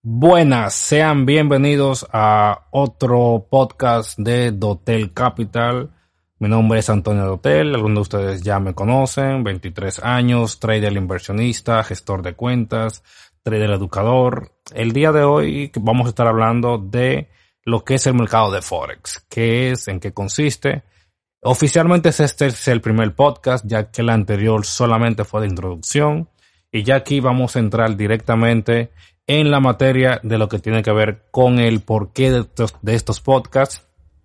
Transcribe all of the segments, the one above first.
Buenas, sean bienvenidos a otro podcast de Dotel Capital. Mi nombre es Antonio Dotel, algunos de ustedes ya me conocen, 23 años, trader inversionista, gestor de cuentas, trader educador. El día de hoy vamos a estar hablando de lo que es el mercado de Forex, qué es, en qué consiste. Oficialmente este es el primer podcast, ya que el anterior solamente fue de introducción, y ya aquí vamos a entrar directamente en la materia de lo que tiene que ver con el porqué de estos podcasts.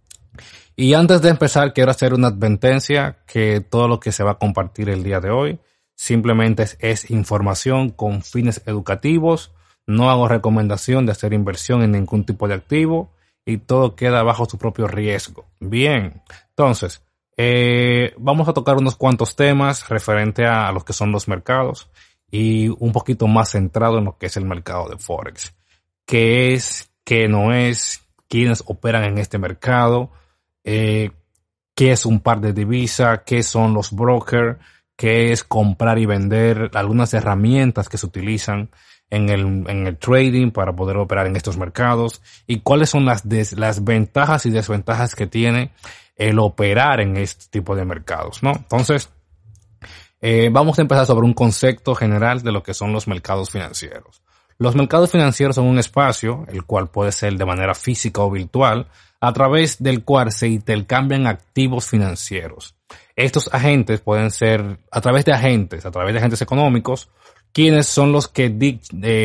Y antes de empezar, quiero hacer una advertencia que todo lo que se va a compartir el día de hoy simplemente es información con fines educativos. No hago recomendación de hacer inversión en ningún tipo de activo y todo queda bajo su propio riesgo. Bien, entonces, vamos a tocar unos cuantos temas referente a los que son los mercados y un poquito más centrado en lo que es el mercado de Forex. ¿Qué es? ¿Qué no es? ¿Quiénes operan en este mercado? ¿Qué es un par de divisas? ¿Qué son los brokers? ¿Qué es comprar y vender? Algunas herramientas que se utilizan en el trading para poder operar en estos mercados. ¿Y cuáles son las ventajas y desventajas que tiene el operar en este tipo de mercados, ¿no? Entonces, vamos a empezar sobre un concepto general de lo que son los mercados financieros. Los mercados financieros son un espacio, el cual puede ser de manera física o virtual, a través del cual se intercambian activos financieros. Estos agentes pueden ser a través de agentes económicos, quienes son los que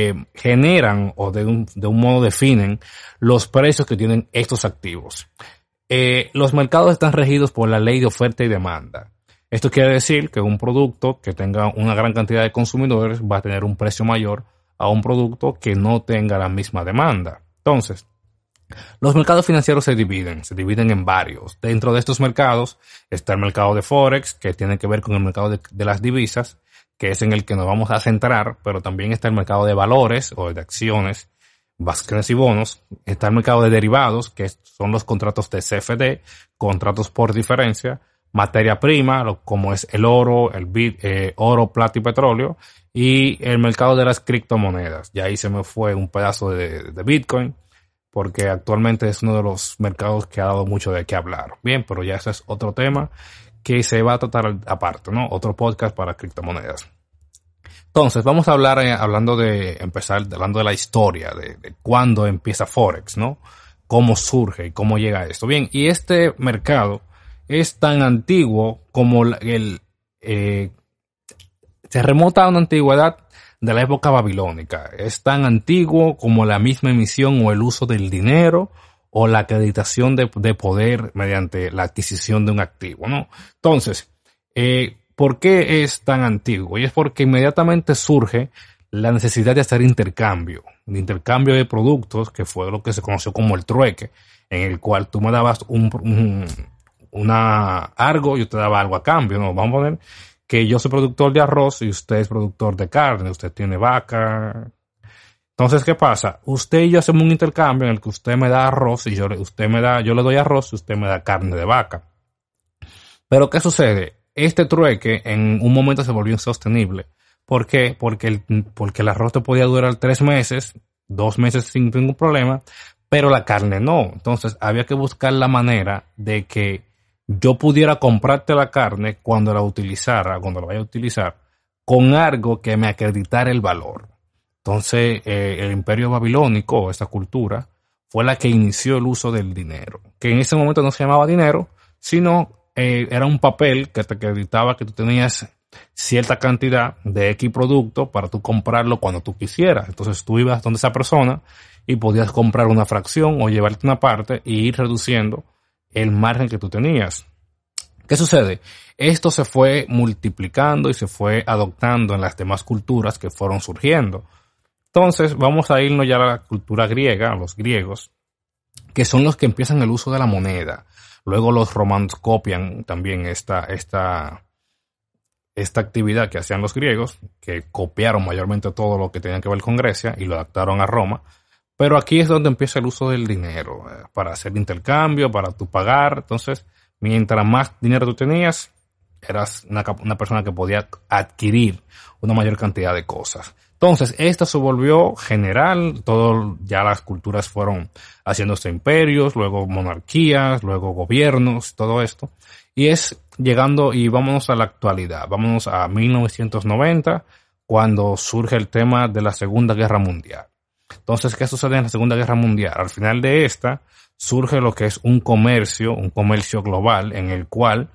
generan o de un modo definen los precios que tienen estos activos. Los mercados están regidos por la ley de oferta y demanda. Esto quiere decir que un producto que tenga una gran cantidad de consumidores va a tener un precio mayor a un producto que no tenga la misma demanda. Entonces, los mercados financieros se dividen en varios. Dentro de estos mercados está el mercado de Forex, que tiene que ver con el mercado de las divisas, que es en el que nos vamos a centrar, pero también está el mercado de valores o de acciones y bonos. Está el mercado de derivados, que son los contratos de CFD, contratos por diferencia, materia prima, como es el oro, oro, plata y petróleo, y el mercado de las criptomonedas. Y ahí se me fue un pedazo de Bitcoin, porque actualmente es uno de los mercados que ha dado mucho de qué hablar. Bien, pero ya ese es otro tema que se va a tratar aparte, ¿no? Otro podcast para criptomonedas. Entonces, vamos a hablar, hablando de la historia, de cuándo empieza Forex, ¿no? Cómo surge y cómo llega a esto. Bien, y este mercado es tan antiguo como se remota a una antigüedad de la época babilónica. Es tan antiguo como la misma emisión o el uso del dinero o la acreditación de poder mediante la adquisición de un activo, ¿no? Entonces, ¿por qué es tan antiguo? Y es porque inmediatamente surge la necesidad de hacer intercambio de productos, que fue lo que se conoció como el trueque, en el cual tú me dabas algo y yo te daba algo a cambio, ¿no? Vamos a poner que yo soy productor de arroz y usted es productor de carne, usted tiene vaca. Entonces, ¿qué pasa? Usted y yo hacemos un intercambio en el que usted me da arroz y yo le doy arroz y usted me da carne de vaca. Pero ¿qué sucede? Este trueque en un momento se volvió insostenible. ¿Por qué? Porque el arroz te podía durar 3 meses, 2 meses sin ningún problema, pero la carne no. Entonces había que buscar la manera de que yo pudiera comprarte la carne cuando la vaya a utilizar, con algo que me acreditara el valor. Entonces, el imperio babilónico, esta cultura, fue la que inició el uso del dinero, que en ese momento no se llamaba dinero, sino era un papel que te acreditaba que tú tenías cierta cantidad de X producto para tú comprarlo cuando tú quisieras. Entonces tú ibas donde esa persona y podías comprar una fracción o llevarte una parte e ir reduciendo el margen que tú tenías. ¿Qué sucede? Esto se fue multiplicando y se fue adoptando en las demás culturas que fueron surgiendo. Entonces vamos a irnos ya a la cultura griega, a los griegos, que son los que empiezan el uso de la moneda. Luego los romanos copian también esta actividad que hacían los griegos, que copiaron mayormente todo lo que tenía que ver con Grecia y lo adaptaron a Roma. Pero aquí es donde empieza el uso del dinero, para hacer intercambio, para tú pagar. Entonces, mientras más dinero tú tenías, eras una persona que podía adquirir una mayor cantidad de cosas. Entonces, esto se volvió general, ya las culturas fueron haciéndose imperios, luego monarquías, luego gobiernos, todo esto. Y es llegando, y vámonos a la actualidad, vámonos a 1990, cuando surge el tema de la Segunda Guerra Mundial. Entonces, ¿qué sucede en la Segunda Guerra Mundial? Al final de esta, surge lo que es un comercio global, en el cual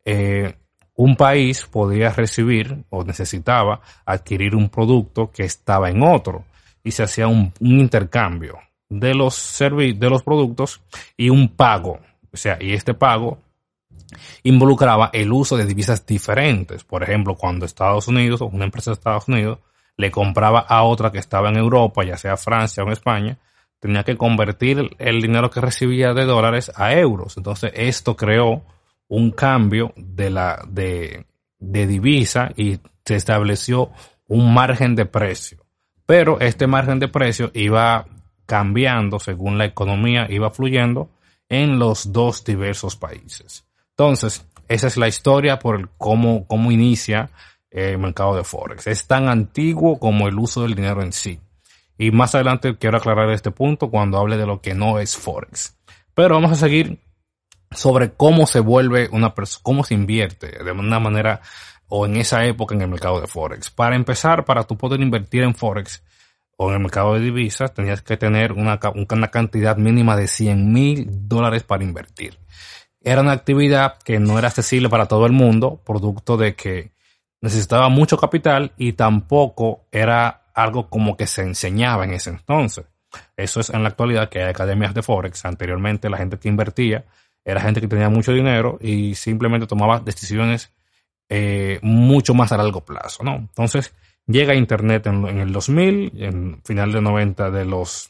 un país podía recibir o necesitaba adquirir un producto que estaba en otro, y se hacía un intercambio de los productos y un pago. O sea, y este pago involucraba el uso de divisas diferentes. Por ejemplo, cuando Estados Unidos o una empresa de Estados Unidos le compraba a otra que estaba en Europa, ya sea Francia o en España, tenía que convertir el dinero que recibía de dólares a euros. Entonces, esto creó un cambio de divisa y se estableció un margen de precio. Pero este margen de precio iba cambiando según la economía iba fluyendo en los dos diversos países. Entonces, esa es la historia por el cómo inicia el mercado de Forex. Es tan antiguo como el uso del dinero en sí. Y más adelante quiero aclarar este punto cuando hable de lo que no es Forex. Pero vamos a seguir sobre cómo se vuelve cómo se invierte de una manera o en esa época en el mercado de Forex. Para empezar, para tú poder invertir en Forex o en el mercado de divisas, tenías que tener una cantidad mínima de $100,000 para invertir. Era una actividad que no era accesible para todo el mundo, producto de que necesitaba mucho capital y tampoco era algo como que se enseñaba en ese entonces. Eso es en la actualidad que hay academias de Forex. Anteriormente la gente que invertía era gente que tenía mucho dinero y simplemente tomaba decisiones mucho más a largo plazo, ¿no? Entonces llega Internet en el 2000, en final de 90 de los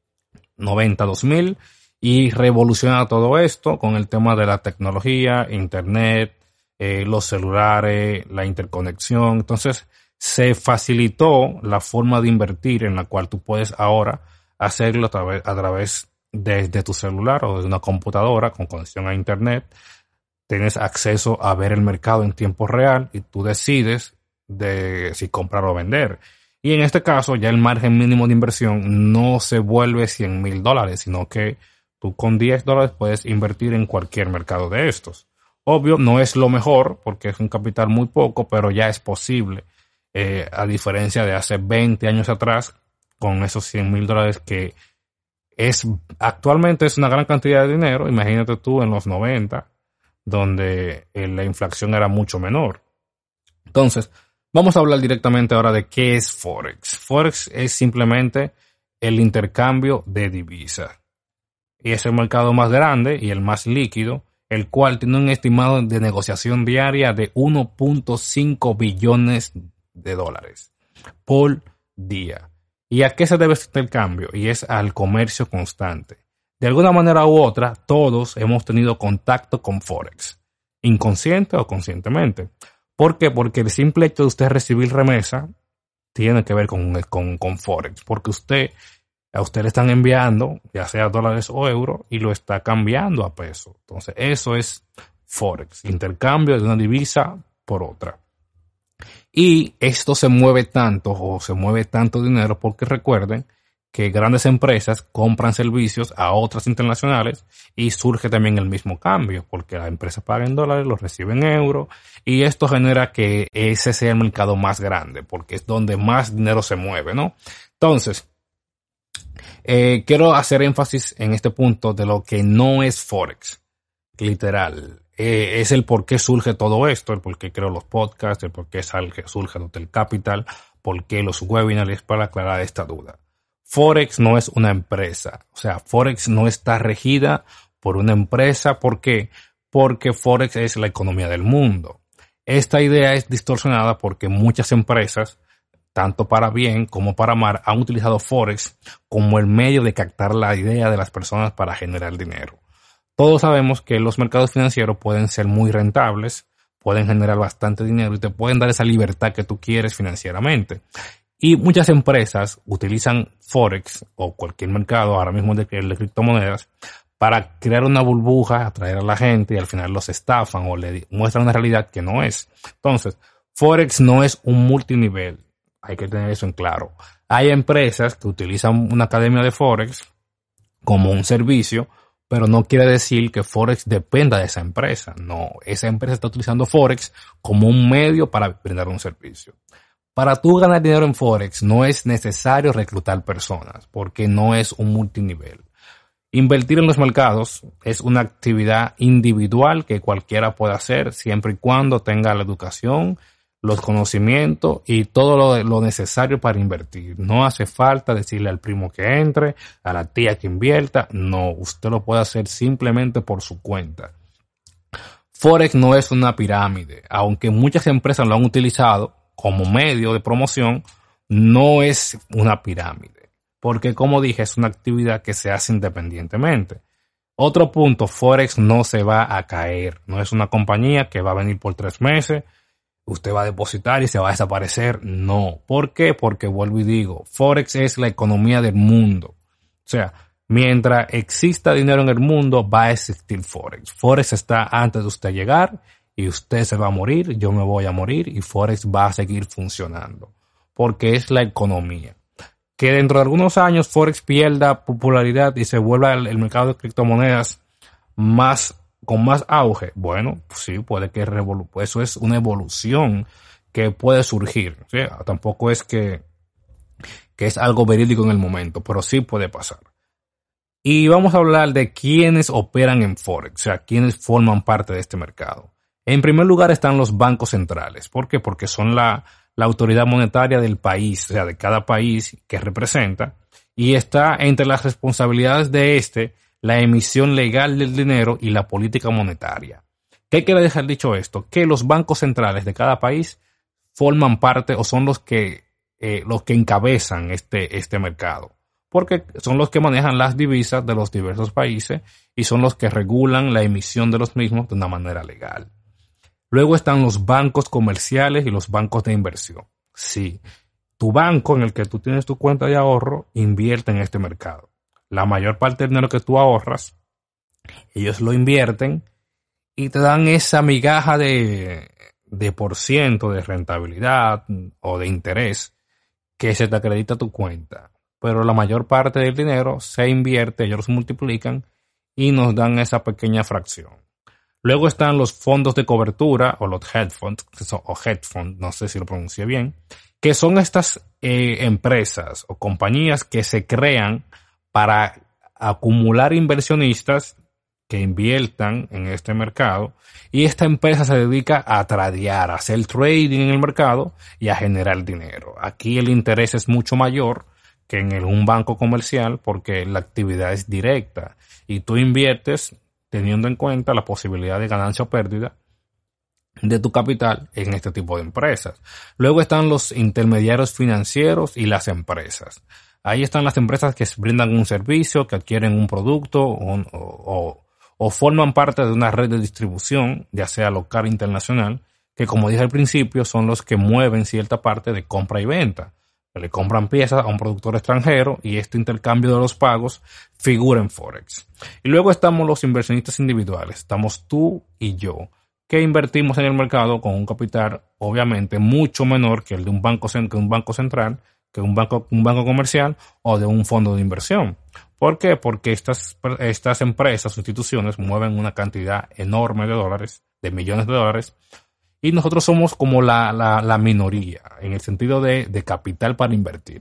90-2000, y revoluciona todo esto con el tema de la tecnología, Internet, los celulares, la interconexión. Entonces se facilitó la forma de invertir en la cual tú puedes ahora hacerlo a través de tu celular o de una computadora con conexión a Internet. Tienes acceso a ver el mercado en tiempo real y tú decides de si comprar o vender. Y en este caso ya el margen mínimo de inversión no se vuelve $100,000, sino que tú con $10 puedes invertir en cualquier mercado de estos. Obvio, no es lo mejor porque es un capital muy poco, pero ya es posible. A diferencia de hace 20 años atrás, con esos $100,000 que actualmente es una gran cantidad de dinero. Imagínate tú en los 90, donde la inflación era mucho menor. Entonces, vamos a hablar directamente ahora de qué es Forex. Forex es simplemente el intercambio de divisas. Y es el mercado más grande y el más líquido, el cual tiene un estimado de negociación diaria de $1.5 billones por día. ¿Y a qué se debe este cambio? Y es al comercio constante. De alguna manera u otra, todos hemos tenido contacto con Forex, inconsciente o conscientemente. ¿Por qué? Porque el simple hecho de usted recibir remesa tiene que ver con Forex, porque a usted le están enviando, ya sea dólares o euros, y lo está cambiando a peso. Entonces, eso es Forex, intercambio de una divisa por otra. Y esto se mueve tanto dinero porque recuerden que grandes empresas compran servicios a otras internacionales y surge también el mismo cambio porque la empresa paga en dólares, los recibe en euros, y esto genera que ese sea el mercado más grande porque es donde más dinero se mueve, ¿no? Entonces, quiero hacer énfasis en este punto de lo que no es Forex, literal. Es el por qué surge todo esto, el por qué creo los podcasts, el por qué surge Dotel Capital, por qué los webinars, para aclarar esta duda. Forex no es una empresa, o sea, Forex no está regida por una empresa. ¿Por qué? Porque Forex es la economía del mundo. Esta idea es distorsionada porque muchas empresas, tanto para bien como para mal, han utilizado Forex como el medio de captar la idea de las personas para generar dinero. Todos sabemos que los mercados financieros pueden ser muy rentables, pueden generar bastante dinero y te pueden dar esa libertad que tú quieres financieramente. Y muchas empresas utilizan Forex o cualquier mercado, ahora mismo el de criptomonedas, para crear una burbuja, atraer a la gente y al final los estafan o le muestran una realidad que no es. Entonces, Forex no es un multinivel. hay que tener eso en claro. Hay empresas que utilizan una academia de Forex como un servicio, pero no quiere decir que Forex dependa de esa empresa. No, esa empresa está utilizando Forex como un medio para brindar un servicio. Para tú ganar dinero en Forex no es necesario reclutar personas porque no es un multinivel. Invertir en los mercados es una actividad individual que cualquiera puede hacer siempre y cuando tenga la educación, los conocimientos y todo lo necesario para invertir. No hace falta decirle al primo que entre, a la tía que invierta. No, usted lo puede hacer simplemente por su cuenta. Forex no es una pirámide, aunque muchas empresas lo han utilizado como medio de promoción, no es una pirámide, porque como dije, es una actividad que se hace independientemente. Otro punto, Forex no se va a caer, no es una compañía que va a venir por 3 meses, usted va a depositar y se va a desaparecer, no. ¿Por qué? Porque vuelvo y digo, Forex es la economía del mundo, o sea, mientras exista dinero en el mundo, va a existir Forex. Forex está antes de usted llegar y usted se va a morir, yo me voy a morir y Forex va a seguir funcionando. Porque es la economía. Que dentro de algunos años Forex pierda popularidad y se vuelva el mercado de criptomonedas con más auge. Bueno, pues sí, puede que eso es una evolución que puede surgir. ¿Sí? Tampoco es que es algo verídico en el momento, pero sí puede pasar. Y vamos a hablar de quiénes operan en Forex, o sea, quiénes forman parte de este mercado. En primer lugar están los bancos centrales. ¿Por qué? Porque son la autoridad monetaria del país, o sea, de cada país que representa, y está entre las responsabilidades de la emisión legal del dinero y la política monetaria. ¿Qué quiere dejar dicho esto? Que los bancos centrales de cada país forman parte o son los que encabezan este mercado, porque son los que manejan las divisas de los diversos países y son los que regulan la emisión de los mismos de una manera legal. Luego están los bancos comerciales y los bancos de inversión. Sí, tu banco en el que tú tienes tu cuenta de ahorro invierte en este mercado. La mayor parte del dinero que tú ahorras, ellos lo invierten y te dan esa migaja de por ciento de rentabilidad o de interés que se te acredita a tu cuenta. Pero la mayor parte del dinero se invierte, ellos lo multiplican y nos dan esa pequeña fracción. Luego están los fondos de cobertura o los hedge funds, no sé si lo pronuncié bien, que son estas empresas o compañías que se crean para acumular inversionistas que inviertan en este mercado, y esta empresa se dedica a tradear, a hacer trading en el mercado y a generar dinero. Aquí el interés es mucho mayor que en un banco comercial porque la actividad es directa y tú inviertes teniendo en cuenta la posibilidad de ganancia o pérdida de tu capital en este tipo de empresas. Luego están los intermediarios financieros y las empresas. Ahí están las empresas que brindan un servicio, que adquieren un producto o forman parte de una red de distribución, ya sea local o internacional, que como dije al principio son los que mueven cierta parte de compra y venta. Le compran piezas a un productor extranjero y este intercambio de los pagos figura en Forex. Y luego estamos los inversionistas individuales. Estamos tú y yo, que invertimos en el mercado con un capital obviamente mucho menor que el de un banco central, que un banco comercial o de un fondo de inversión. ¿Por qué? Porque estas empresas o instituciones mueven una cantidad enorme de dólares, de millones de dólares, y nosotros somos como la minoría en el sentido de capital para invertir.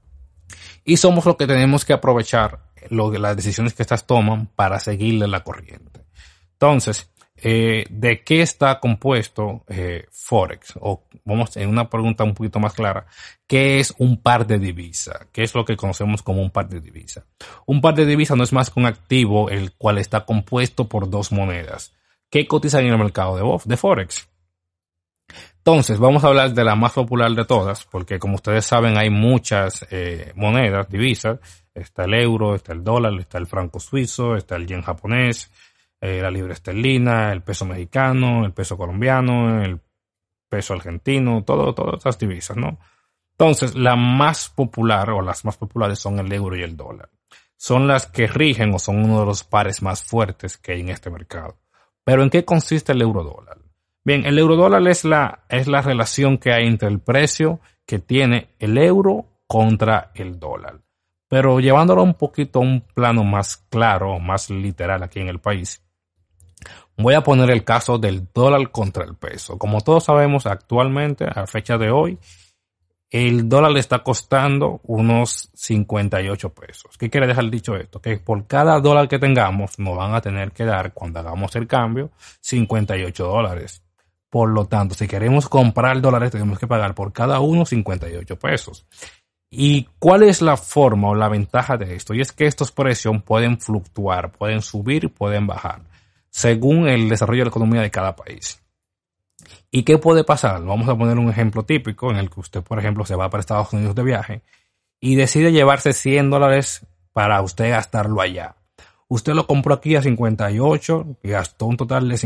Y somos los que tenemos que aprovechar las decisiones que estas toman para seguirle la corriente. Entonces, ¿de qué está compuesto Forex? O vamos en una pregunta un poquito más clara. ¿Qué es un par de divisa? ¿Qué es lo que conocemos como un par de divisa? Un par de divisa no es más que un activo el cual está compuesto por dos monedas que cotizan en el mercado de Forex. Entonces, vamos a hablar de la más popular de todas, porque como ustedes saben hay muchas monedas, divisas. Está el euro, está el dólar, está el franco suizo, está el yen japonés, la libra esterlina, el peso mexicano, el peso colombiano, el peso argentino, todas estas divisas, ¿no? Entonces, la más popular o las más populares son el euro y el dólar. Son las que rigen o son uno de los pares más fuertes que hay en este mercado. Pero ¿en qué consiste el euro dólar? Bien, el euro dólar es la relación que hay entre el precio que tiene el euro contra el dólar. Pero llevándolo un poquito a un plano más claro, más literal aquí en el país, voy a poner el caso del dólar contra el peso. Como todos sabemos, actualmente, a fecha de hoy, el dólar le está costando unos 58 pesos. ¿Qué quiere dejar dicho esto? Que por cada dólar que tengamos, nos van a tener que dar, cuando hagamos el cambio, 58 dólares. Por lo tanto, si queremos comprar dólares, tenemos que pagar por cada uno 58 pesos. ¿Y cuál es la forma o la ventaja de esto? Y es que estos precios pueden fluctuar, pueden subir, pueden bajar, según el desarrollo de la economía de cada país. ¿Y qué puede pasar? Vamos a poner un ejemplo típico en el que usted, por ejemplo, se va para Estados Unidos de viaje y decide llevarse 100 dólares para usted gastarlo allá. Usted lo compró aquí a 58 y gastó un total de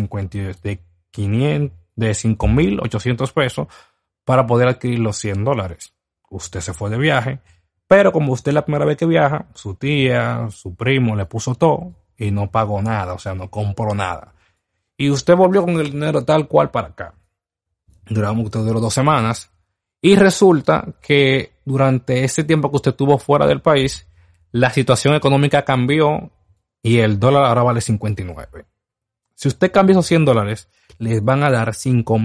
5.800 pesos para poder adquirir los 100 dólares. Usted se fue de viaje, pero como usted es la primera vez que viaja, su tía, su primo le puso todo y no pagó nada, o sea, no compró nada. Y usted volvió con el dinero tal cual para acá. Duró 2 semanas y resulta que durante ese tiempo que usted estuvo fuera del país, la situación económica cambió y el dólar ahora vale 59. Si usted cambia esos 100 dólares, les van a dar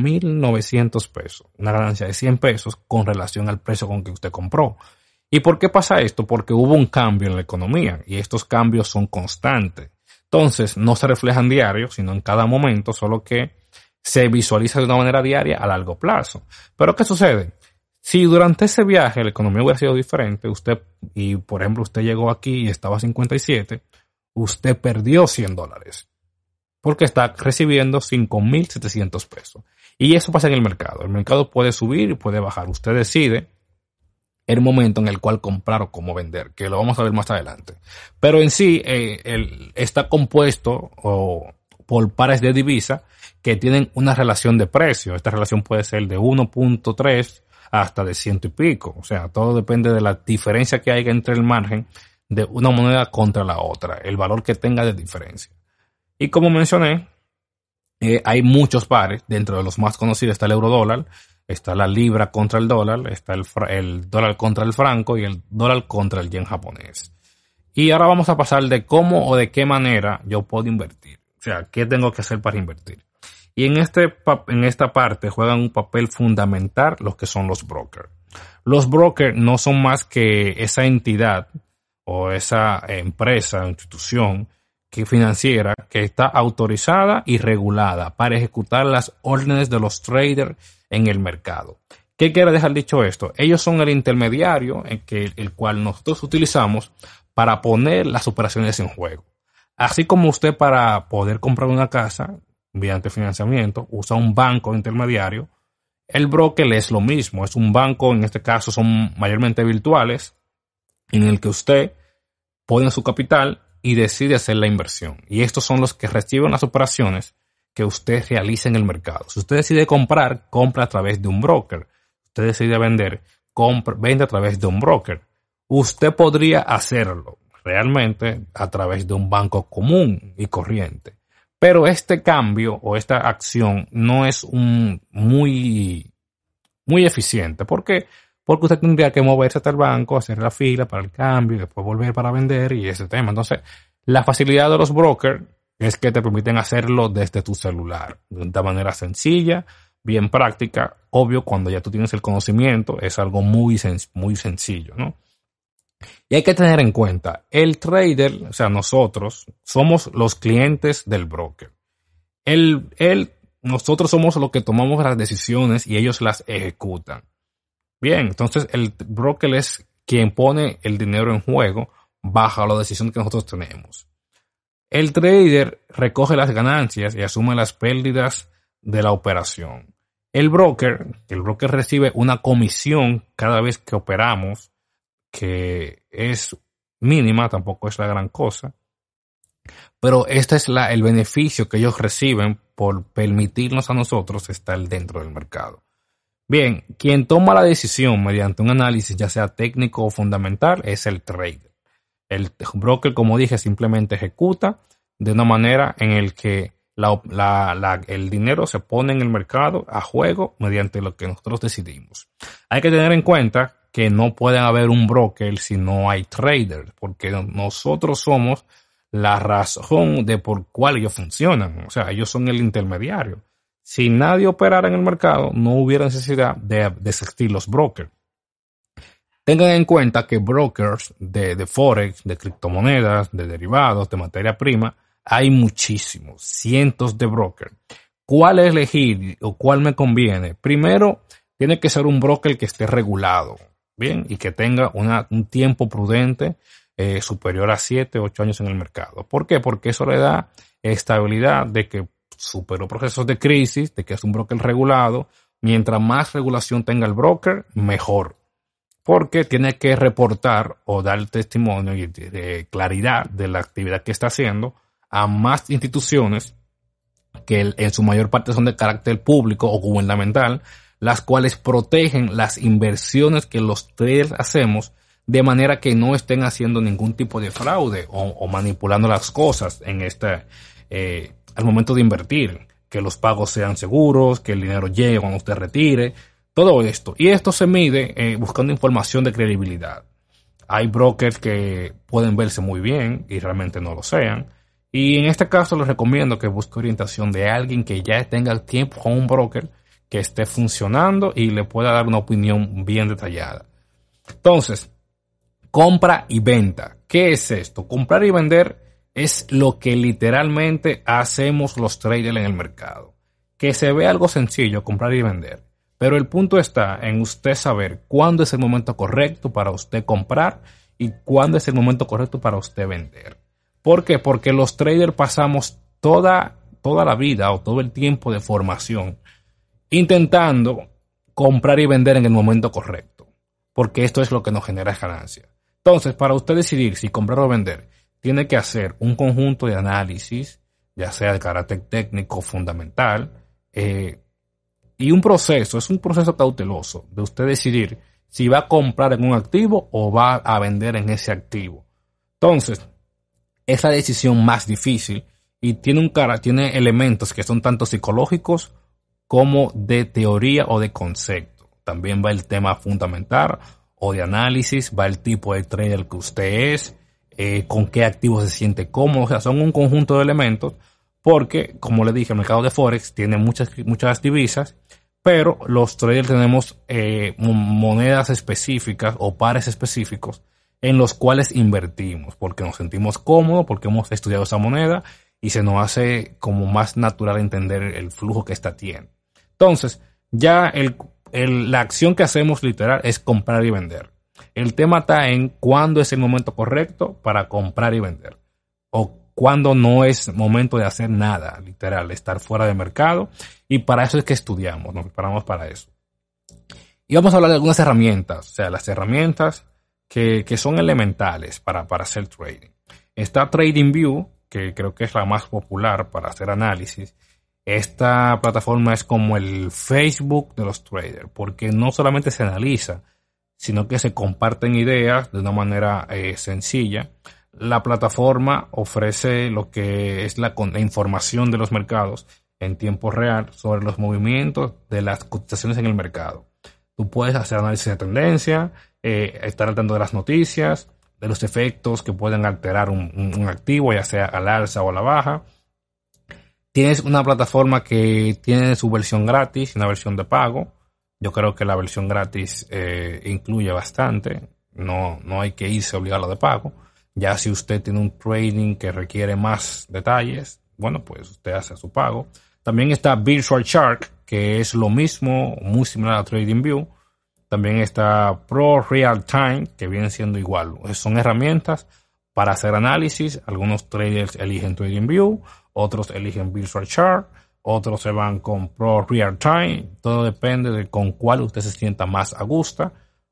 5.900 pesos, una ganancia de 100 pesos con relación al precio con que usted compró. ¿Y por qué pasa esto? Porque hubo un cambio en la economía y estos cambios son constantes. Entonces, no se reflejan diarios, sino en cada momento, solo que se visualiza de una manera diaria a largo plazo. Pero ¿qué sucede? Si durante ese viaje la economía hubiera sido diferente, y por ejemplo usted llegó aquí y estaba a 57, usted perdió 100 dólares. Porque está recibiendo 5.700 pesos. Y eso pasa en el mercado. El mercado puede subir y puede bajar. Usted decide el momento en el cual comprar o cómo vender, que lo vamos a ver más adelante. Pero en sí, está compuesto por pares de divisa que tienen una relación de precio. Esta relación puede ser de 1.3 hasta de 100 y pico. O sea, todo depende de la diferencia que haya entre el margen de una moneda contra la otra, el valor que tenga de diferencia. Y como mencioné, hay muchos pares. Dentro de los más conocidos está el eurodólar, está la libra contra el dólar, está el dólar contra el franco y el dólar contra el yen japonés. Y ahora vamos a pasar de cómo o de qué manera yo puedo invertir. O sea, qué tengo que hacer para invertir. Y en esta parte juegan un papel fundamental los que son los brokers. Los brokers no son más que esa entidad o esa empresa o institución financiera que está autorizada y regulada para ejecutar las órdenes de los traders en el mercado. ¿Qué quiere dejar dicho esto? Ellos son el intermediario el cual nosotros utilizamos para poner las operaciones en juego. Así como usted para poder comprar una casa mediante financiamiento usa un banco intermediario, el broker es lo mismo. Es un banco, en este caso son mayormente virtuales, en el que usted pone su capital y decide hacer la inversión. Y estos son los que reciben las operaciones que usted realiza en el mercado. Si usted decide comprar, compra a través de un broker. Usted decide vender, vende a través de un broker. Usted podría hacerlo realmente a través de un banco común y corriente. Pero este cambio o esta acción no es muy eficiente. ¿Por qué? Porque usted tendría que moverse hasta el banco, hacer la fila para el cambio y después volver para vender y ese tema. Entonces, la facilidad de los brokers es que te permiten hacerlo desde tu celular de manera sencilla, bien práctica. Obvio, cuando ya tú tienes el conocimiento, es algo muy sencillo, ¿no? Y hay que tener en cuenta, el trader, o sea, nosotros somos los clientes del broker. Nosotros somos los que tomamos las decisiones y ellos las ejecutan. Bien, entonces el broker es quien pone el dinero en juego bajo la decisión que nosotros tenemos. El trader recoge las ganancias y asume las pérdidas de la operación. El broker recibe una comisión cada vez que operamos, que es mínima, tampoco es la gran cosa. Pero este es el beneficio que ellos reciben por permitirnos a nosotros estar dentro del mercado. Bien, quien toma la decisión mediante un análisis ya sea técnico o fundamental es el trader. El broker, como dije, simplemente ejecuta de una manera en el que el dinero se pone en el mercado a juego mediante lo que nosotros decidimos. Hay que tener en cuenta que no puede haber un broker si no hay traders, porque nosotros somos la razón de por cuál ellos funcionan. O sea, ellos son el intermediario. Si nadie operara en el mercado, no hubiera necesidad de existir los brokers. Tengan en cuenta que brokers de Forex, de criptomonedas, de derivados, de materia prima, hay muchísimos, cientos de brokers. ¿Cuál elegir o cuál me conviene? Primero, tiene que ser un broker que esté regulado, bien, y que tenga un tiempo prudente superior a 7, 8 años en el mercado. ¿Por qué? Porque eso le da estabilidad de que superó procesos de crisis, de que es un broker regulado. Mientras más regulación tenga el broker, mejor. Porque tiene que reportar o dar testimonio y claridad de la actividad que está haciendo a más instituciones que en su mayor parte son de carácter público o gubernamental, las cuales protegen las inversiones que los traders hacemos de manera que no estén haciendo ningún tipo de fraude o manipulando las cosas en al momento de invertir, que los pagos sean seguros, que el dinero llegue cuando usted retire. Todo esto. Y esto se mide buscando información de credibilidad. Hay brokers que pueden verse muy bien y realmente no lo sean. Y en este caso les recomiendo que busque orientación de alguien que ya tenga tiempo con un broker que esté funcionando y le pueda dar una opinión bien detallada. Entonces, compra y venta. ¿Qué es esto? Comprar y vender es lo que literalmente hacemos los traders en el mercado. Que se ve algo sencillo, comprar y vender. Pero el punto está en usted saber cuándo es el momento correcto para usted comprar y cuándo es el momento correcto para usted vender. ¿Por qué? Porque los traders pasamos toda la vida o todo el tiempo de formación intentando comprar y vender en el momento correcto. Porque esto es lo que nos genera ganancia. Entonces, para usted decidir si comprar o vender, tiene que hacer un conjunto de análisis, ya sea de carácter técnico fundamental, y es un proceso cauteloso de usted decidir si va a comprar en un activo o va a vender en ese activo. Entonces, es la decisión más difícil y tiene elementos que son tanto psicológicos como de teoría o de concepto. También va el tema fundamental o de análisis, va el tipo de trader que usted es, con qué activo se siente cómodo. O sea, son un conjunto de elementos. Porque, como le dije, el mercado de Forex tiene muchas divisas, pero los traders tenemos monedas específicas o pares específicos en los cuales invertimos, porque nos sentimos cómodos, porque hemos estudiado esa moneda y se nos hace como más natural entender el flujo que esta tiene. Entonces, ya la acción que hacemos literal es comprar y vender. El tema está en cuándo es el momento correcto para comprar y vender. O cuando no es momento de hacer nada, literal, estar fuera de mercado. Y para eso es que estudiamos, nos preparamos para eso. Y vamos a hablar de algunas herramientas, o sea, las herramientas que son elementales para hacer trading. Está TradingView, que creo que es la más popular para hacer análisis. Esta plataforma es como el Facebook de los traders, porque no solamente se analiza, sino que se comparten ideas de una manera sencilla. La plataforma ofrece lo que es la información de los mercados en tiempo real sobre los movimientos de las cotizaciones en el mercado. Tú puedes hacer análisis de tendencia, estar al tanto de las noticias, de los efectos que pueden alterar un activo, ya sea al alza o a la baja. Tienes una plataforma que tiene su versión gratis y una versión de pago. Yo creo que la versión gratis incluye bastante. No hay que irse obligado a la de pago. Ya si usted tiene un trading que requiere más detalles, bueno, pues usted hace su pago. También está Virtual Shark, que es lo mismo, muy similar a TradingView. También está Pro Real Time, que viene siendo igual. Son herramientas para hacer análisis. Algunos traders eligen TradingView, otros eligen Virtual Shark, otros se van con Pro Real Time. Todo depende de con cuál usted se sienta más a gusto,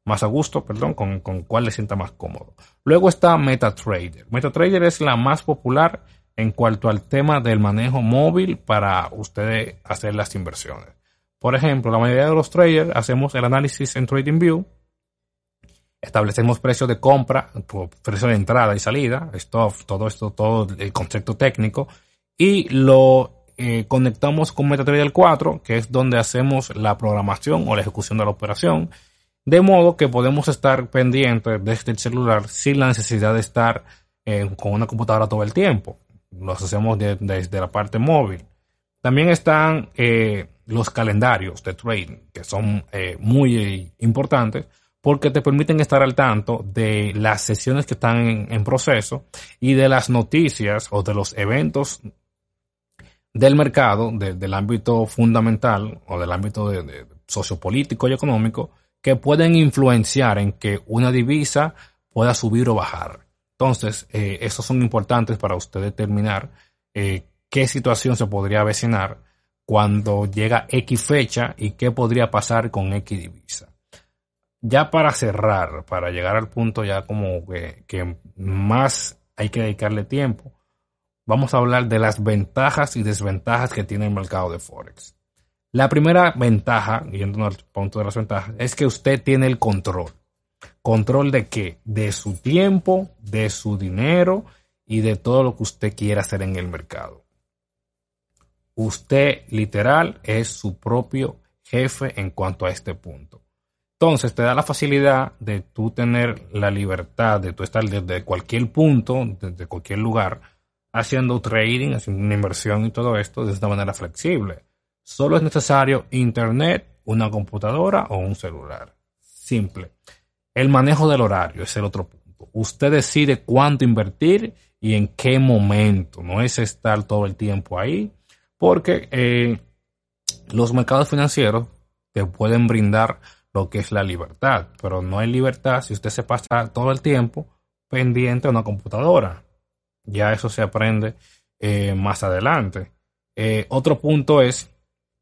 con cuál le sienta más cómodo. Luego está MetaTrader. MetaTrader es la más popular en cuanto al tema del manejo móvil para ustedes hacer las inversiones. Por ejemplo, la mayoría de los traders hacemos el análisis en TradingView, establecemos precios de compra, precios de entrada y salida, todo el concepto técnico, y lo conectamos con MetaTrader 4, que es donde hacemos la programación o la ejecución de la operación, de modo que podemos estar pendientes desde el celular sin la necesidad de estar con una computadora todo el tiempo. Lo hacemos desde la parte móvil. También están los calendarios de trading, que son muy importantes porque te permiten estar al tanto de las sesiones que están en proceso y de las noticias o de los eventos del mercado, del ámbito fundamental o del ámbito de sociopolítico y económico, que pueden influenciar en que una divisa pueda subir o bajar. Entonces, esos son importantes para usted determinar qué situación se podría avecinar cuando llega X fecha y qué podría pasar con X divisa. Ya para cerrar, para llegar al punto ya como que más hay que dedicarle tiempo, vamos a hablar de las ventajas y desventajas que tiene el mercado de Forex. La primera ventaja, yendo al punto de las ventajas, es que usted tiene el control. ¿Control de qué? De su tiempo, de su dinero y de todo lo que usted quiera hacer en el mercado. Usted, literal, es su propio jefe en cuanto a este punto. Entonces, te da la facilidad de tú tener la libertad de tú estar desde cualquier punto, desde cualquier lugar, haciendo trading, haciendo una inversión y todo esto de esta manera flexible. Solo es necesario internet, una computadora o un celular. Simple. El manejo del horario es el otro punto. Usted decide cuánto invertir y en qué momento. No es estar todo el tiempo ahí, porque los mercados financieros te pueden brindar lo que es la libertad, pero no hay libertad si usted se pasa todo el tiempo pendiente a una computadora. Ya eso se aprende más adelante. Otro punto es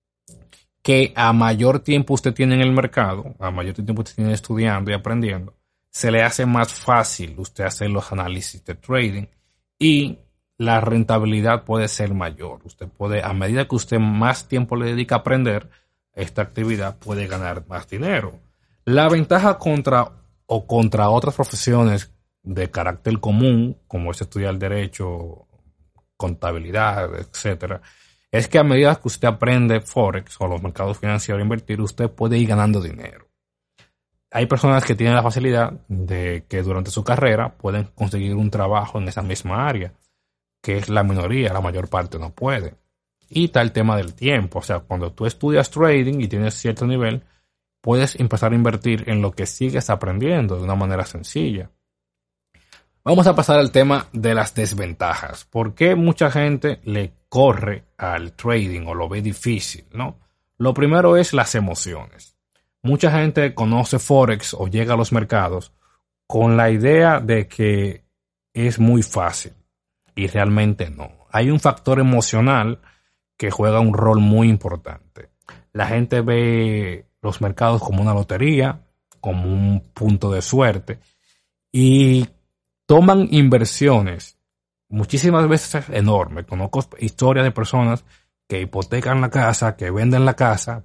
que a mayor tiempo usted tiene en el mercado, a mayor tiempo usted tiene estudiando y aprendiendo, se le hace más fácil usted hacer los análisis de trading y la rentabilidad puede ser mayor. Usted puede, a medida que usted más tiempo le dedica a aprender esta actividad, puede ganar más dinero. La ventaja contra otras profesiones de carácter común, como es estudiar derecho, contabilidad, etcétera, es que a medida que usted aprende Forex o los mercados financieros a invertir, usted puede ir ganando dinero. Hay personas que tienen la facilidad de que durante su carrera pueden conseguir un trabajo en esa misma área, que es la minoría, la mayor parte no puede. Y está el tema del tiempo, o sea, cuando tú estudias trading y tienes cierto nivel, puedes empezar a invertir en lo que sigues aprendiendo de una manera sencilla. Vamos a pasar al tema de las desventajas. ¿Por qué mucha gente le corre al trading o lo ve difícil, no? Lo primero es las emociones. Mucha gente conoce Forex o llega a los mercados con la idea de que es muy fácil y realmente no. Hay un factor emocional que juega un rol muy importante. La gente ve los mercados como una lotería, como un punto de suerte y toman inversiones muchísimas veces enormes. Conozco historias de personas que hipotecan la casa, que venden la casa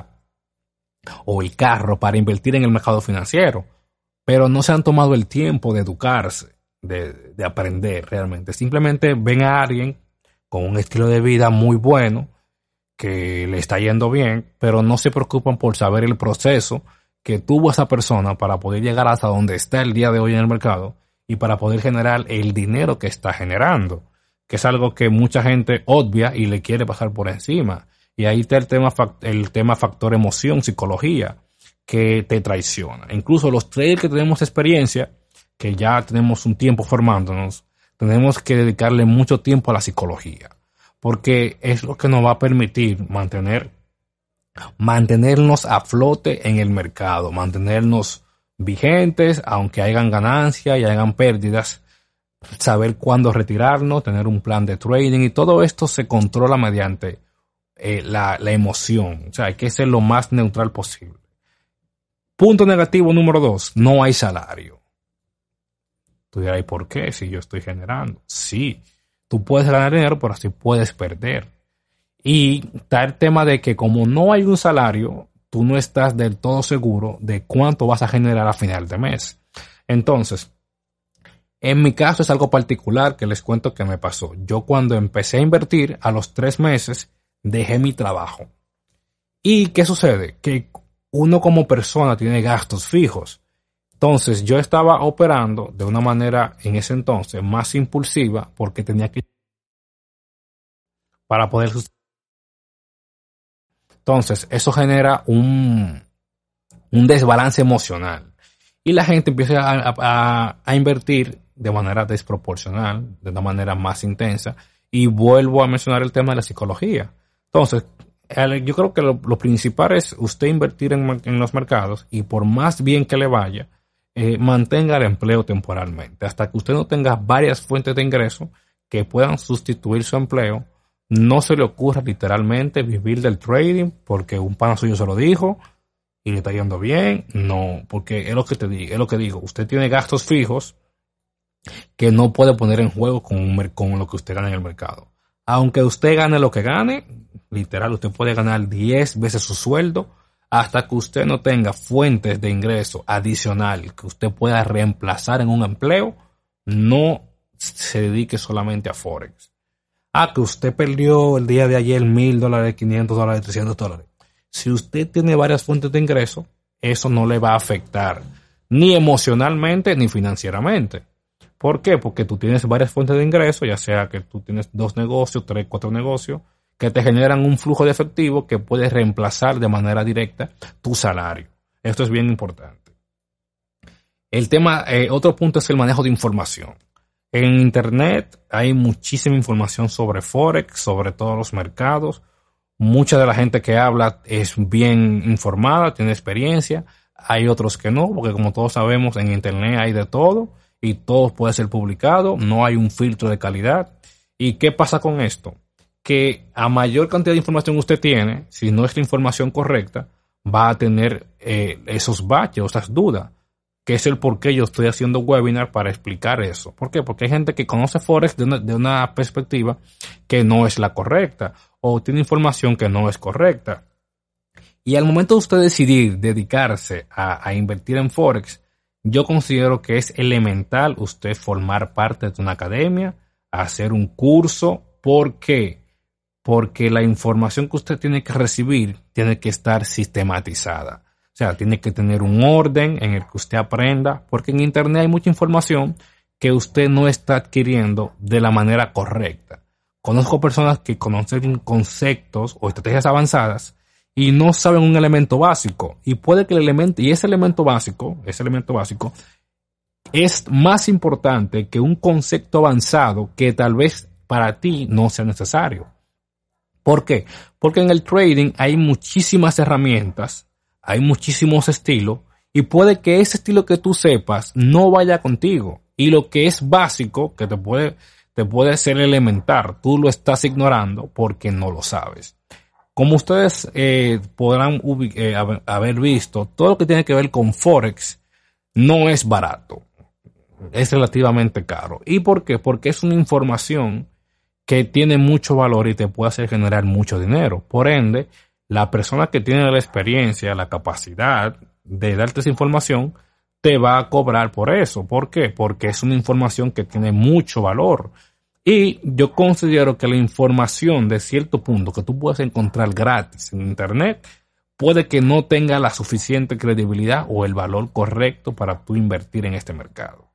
o el carro para invertir en el mercado financiero, pero no se han tomado el tiempo de educarse, de aprender realmente. Simplemente ven a alguien con un estilo de vida muy bueno, que le está yendo bien, pero no se preocupan por saber el proceso que tuvo esa persona para poder llegar hasta donde está el día de hoy en el mercado y para poder generar el dinero que está generando, que es algo que mucha gente obvia y le quiere pasar por encima. Y ahí está el tema factor emoción, psicología, que te traiciona. Incluso los traders que tenemos experiencia, que ya tenemos un tiempo formándonos, tenemos que dedicarle mucho tiempo a la psicología, porque es lo que nos va a permitir mantenernos a flote en el mercado, mantenernos vigentes, aunque hayan ganancias y hayan pérdidas, saber cuándo retirarnos, tener un plan de trading y todo esto se controla mediante la emoción. O sea, hay que ser lo más neutral posible. Punto negativo número 2, no hay salario. Tú dirás, ¿y por qué? Si yo estoy generando. Sí, tú puedes ganar dinero, pero así puedes perder. Y está el tema de que como no hay un salario, tú no estás del todo seguro de cuánto vas a generar a final de mes. Entonces, En mi caso es algo particular que les cuento que me pasó. Yo cuando empecé a invertir, a los 3 meses, dejé mi trabajo. ¿Y qué sucede? Que uno como persona tiene gastos fijos. Entonces yo estaba operando de una manera en ese entonces más impulsiva porque tenía que para poder. Entonces eso genera un desbalance emocional y la gente empieza a invertir de manera desproporcional, de una manera más intensa, y vuelvo a mencionar el tema de la psicología. Entonces, yo creo que lo principal es usted invertir en los mercados y por más bien que le vaya, mantenga el empleo temporalmente. Hasta que usted no tenga varias fuentes de ingreso que puedan sustituir su empleo, no se le ocurra literalmente vivir del trading porque un pana suyo se lo dijo y le está yendo bien. No, porque es lo que te digo, es lo que digo. Usted tiene gastos fijos que no puede poner en juego con lo que usted gana en el mercado. Aunque usted gane lo que gane, literal, usted puede ganar 10 veces su sueldo hasta que usted no tenga fuentes de ingreso adicional que usted pueda reemplazar en un empleo, no se dedique solamente a Forex. Que usted perdió el día de ayer $1,000, $500, $300. Si usted tiene varias fuentes de ingreso, eso no le va a afectar ni emocionalmente ni financieramente. ¿Por qué? Porque tú tienes varias fuentes de ingreso, ya sea que tú tienes 2 negocios, 3, 4 negocios, que te generan un flujo de efectivo que puede reemplazar de manera directa tu salario. Esto es bien importante. El tema, otro punto es el manejo de información. En Internet hay muchísima información sobre Forex, sobre todos los mercados. Mucha de la gente que habla es bien informada, tiene experiencia. Hay otros que no, porque como todos sabemos, en Internet hay de todo y todo puede ser publicado. No hay un filtro de calidad. ¿Y qué pasa con esto? Que a mayor cantidad de información usted tiene, si no es la información correcta, va a tener esos baches, esas dudas, que es el por qué yo estoy haciendo webinar para explicar eso. ¿Por qué? Porque hay gente que conoce Forex de una perspectiva que no es la correcta o tiene información que no es correcta. Y al momento de usted decidir dedicarse a invertir en Forex, yo considero que es elemental usted formar parte de una academia, hacer un curso. ¿Por qué? Porque la información que usted tiene que recibir tiene que estar sistematizada. O sea, tiene que tener un orden en el que usted aprenda, porque en Internet hay mucha información que usted no está adquiriendo de la manera correcta. Conozco personas que conocen conceptos o estrategias avanzadas y no saben un elemento básico. Y puede que ese elemento básico es más importante que un concepto avanzado que tal vez para ti no sea necesario. ¿Por qué? Porque en el trading hay muchísimas herramientas, hay muchísimos estilos y puede que ese estilo que tú sepas no vaya contigo. Y lo que es básico, que te puede ser elemental, tú lo estás ignorando porque no lo sabes. Como ustedes podrán haber visto, todo lo que tiene que ver con Forex no es barato, es relativamente caro. ¿Y por qué? Porque es una información que tiene mucho valor y te puede hacer generar mucho dinero. Por ende, la persona que tiene la experiencia, la capacidad de darte esa información, te va a cobrar por eso. ¿Por qué? Porque es una información que tiene mucho valor. Y yo considero que la información de cierto punto que tú puedes encontrar gratis en Internet puede que no tenga la suficiente credibilidad o el valor correcto para tú invertir en este mercado.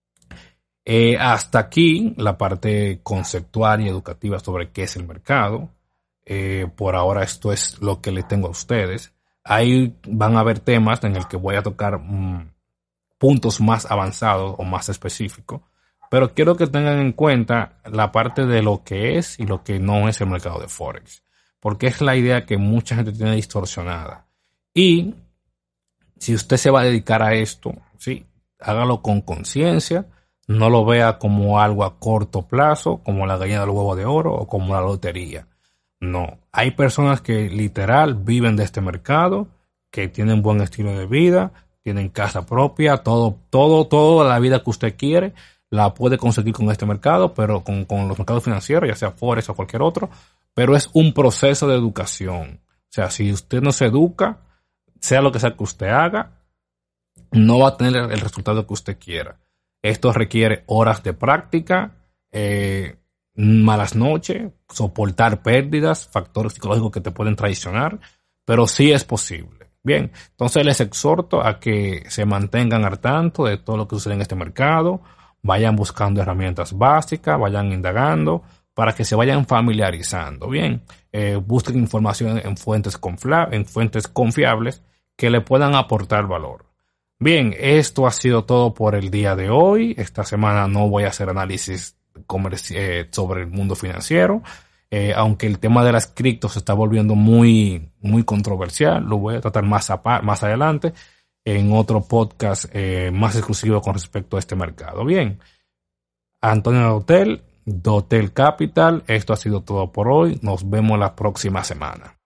Hasta aquí la parte conceptual y educativa sobre qué es el mercado. Por ahora esto es lo que le tengo a ustedes. Ahí van a haber temas en el que voy a tocar puntos más avanzados o más específicos. Pero quiero que tengan en cuenta la parte de lo que es y lo que no es el mercado de Forex. Porque es la idea que mucha gente tiene distorsionada. Y si usted se va a dedicar a esto, sí, hágalo con conciencia. No lo vea como algo a corto plazo, como la gallina del huevo de oro o como la lotería. No, hay personas que literal viven de este mercado, que tienen buen estilo de vida, tienen casa propia, toda la vida que usted quiere la puede conseguir con este mercado, pero con los mercados financieros, ya sea Forex o cualquier otro, pero es un proceso de educación. O sea, si usted no se educa, sea lo que sea que usted haga, no va a tener el resultado que usted quiera. Esto requiere horas de práctica, malas noches, soportar pérdidas, factores psicológicos que te pueden traicionar, pero sí es posible. Bien, entonces les exhorto a que se mantengan al tanto de todo lo que sucede en este mercado, vayan buscando herramientas básicas, vayan indagando para que se vayan familiarizando. Bien, busquen información en fuentes confiables que le puedan aportar valor. Bien, esto ha sido todo por el día de hoy. Esta semana no voy a hacer análisis sobre el mundo financiero. Aunque el tema de las criptos se está volviendo muy, muy controversial, lo voy a tratar más adelante en otro podcast más exclusivo con respecto a este mercado. Bien, Antonio Dotel Capital, esto ha sido todo por hoy. Nos vemos la próxima semana.